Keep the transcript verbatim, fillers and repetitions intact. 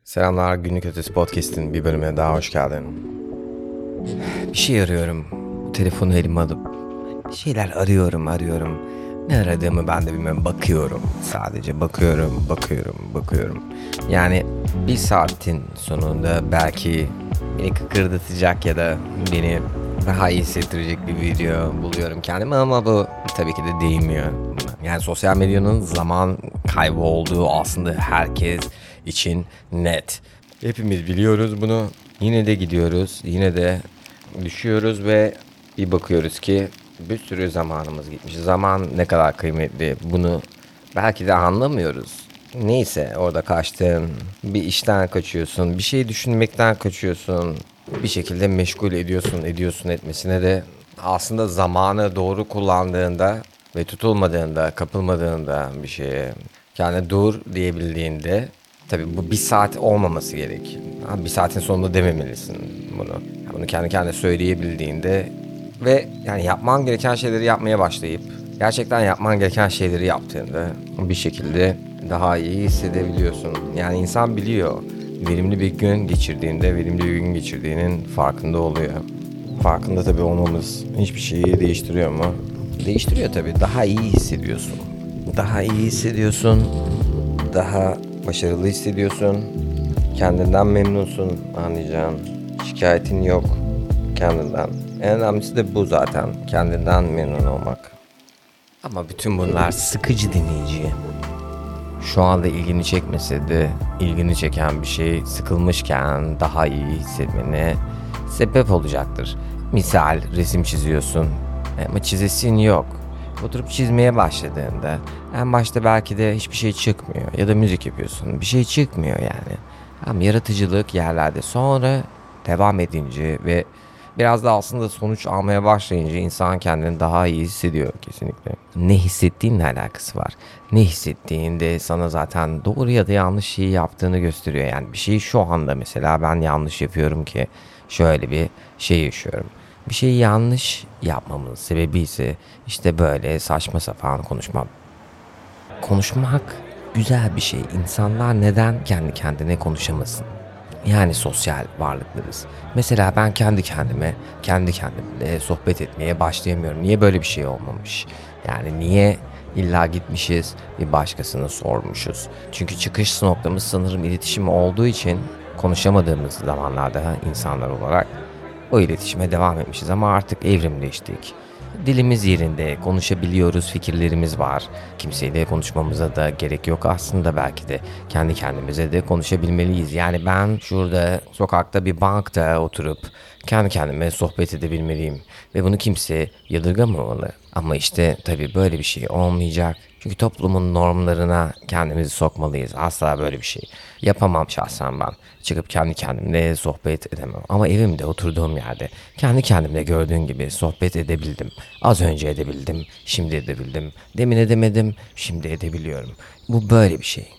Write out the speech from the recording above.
Selamlar, Günlük Ötesi Podcast'in bir bölümüne daha hoş geldin. Bir şey arıyorum. Telefonu elime alıp bir şeyler arıyorum, arıyorum. Ne aradığımı ben de bilmiyorum. Bakıyorum. Sadece bakıyorum, bakıyorum, bakıyorum. Yani bir saatin sonunda belki beni kıkırdatacak ya da beni daha iyi hissettirecek bir video buluyorum kendime ama bu tabii ki de değmiyor. Yani sosyal medyanın zaman kaybı olduğu aslında herkes için net. Hepimiz biliyoruz bunu. Yine de gidiyoruz. Yine de düşüyoruz ve bir bakıyoruz ki bir sürü zamanımız gitmiş. Zaman ne kadar kıymetli bunu belki de anlamıyoruz. Neyse orada kaçtın, bir işten kaçıyorsun, bir şey düşünmekten kaçıyorsun. Bir şekilde meşgul ediyorsun, ediyorsun etmesine de aslında zamanı doğru kullandığında ve tutulmadığında, kapılmadığında bir şeye yani dur diyebildiğinde tabii bu bir saat olmaması gerek. Ha, bir saatin sonunda dememelisin bunu. Yani bunu kendi kendine söyleyebildiğinde ve yani yapman gereken şeyleri yapmaya başlayıp gerçekten yapman gereken şeyleri yaptığında bir şekilde daha iyi hissedebiliyorsun. Yani insan biliyor. Verimli bir gün geçirdiğinde, verimli bir gün geçirdiğinin farkında oluyor. Farkında tabii olmamız hiçbir şeyi değiştiriyor mu? Değiştiriyor tabii. Daha iyi hissediyorsun. Daha iyi hissediyorsun. Daha başarılı hissediyorsun. Kendinden memnunsun anlayacağın. Şikayetin yok kendinden. En önemlisi de bu zaten. Kendinden memnun olmak. Ama bütün bunlar sıkıcı dinleyici. Şu anda ilgini çekmese de ilgini çeken bir şey sıkılmışken daha iyi hissetmene sebep olacaktır. Misal resim çiziyorsun ama çizesin yok. Oturup çizmeye başladığında en başta belki de hiçbir şey çıkmıyor ya da müzik yapıyorsun bir şey çıkmıyor yani. Ama yaratıcılık yerlerde sonra devam edince ve biraz da aslında sonuç almaya başlayınca insan kendini daha iyi hissediyor kesinlikle. Ne hissettiğinle alakası var. Ne hissettiğinde sana zaten doğru ya da yanlış şeyi yaptığını gösteriyor. Yani bir şeyi şu anda mesela ben yanlış yapıyorum ki şöyle bir şey yaşıyorum. Bir şeyi yanlış yapmamın sebebi ise işte böyle saçma sapan konuşmam. Konuşmak güzel bir şey. İnsanlar neden kendi kendine konuşamasın? Yani sosyal varlıklarız. Mesela ben kendi kendime, kendi kendimle sohbet etmeye başlayamıyorum. Niye böyle bir şey olmamış? Yani niye illa gitmişiz bir başkasına sormuşuz? Çünkü çıkış noktamız sanırım iletişim olduğu için konuşamadığımız zamanlarda insanlar olarak o iletişime devam etmişiz ama artık evrimleştik. Dilimiz yerinde, konuşabiliyoruz, fikirlerimiz var. Kimseyle konuşmamıza da gerek yok aslında belki de. Kendi kendimize de konuşabilmeliyiz. Yani ben şurada sokakta bir bankta oturup kendi kendime sohbet edebilmeliyim. Ve bunu kimse yadırgamamalı. Ama işte tabii böyle bir şey olmayacak. Çünkü toplumun normlarına kendimizi sokmalıyız. Asla böyle bir şey yapamam şahsen ben. Çıkıp kendi kendimle sohbet edemem. Ama evimde oturduğum yerde kendi kendimle gördüğün gibi sohbet edebildim. Az önce edebildim, şimdi edebildim. Demin edemedim, şimdi edebiliyorum. Bu böyle bir şey.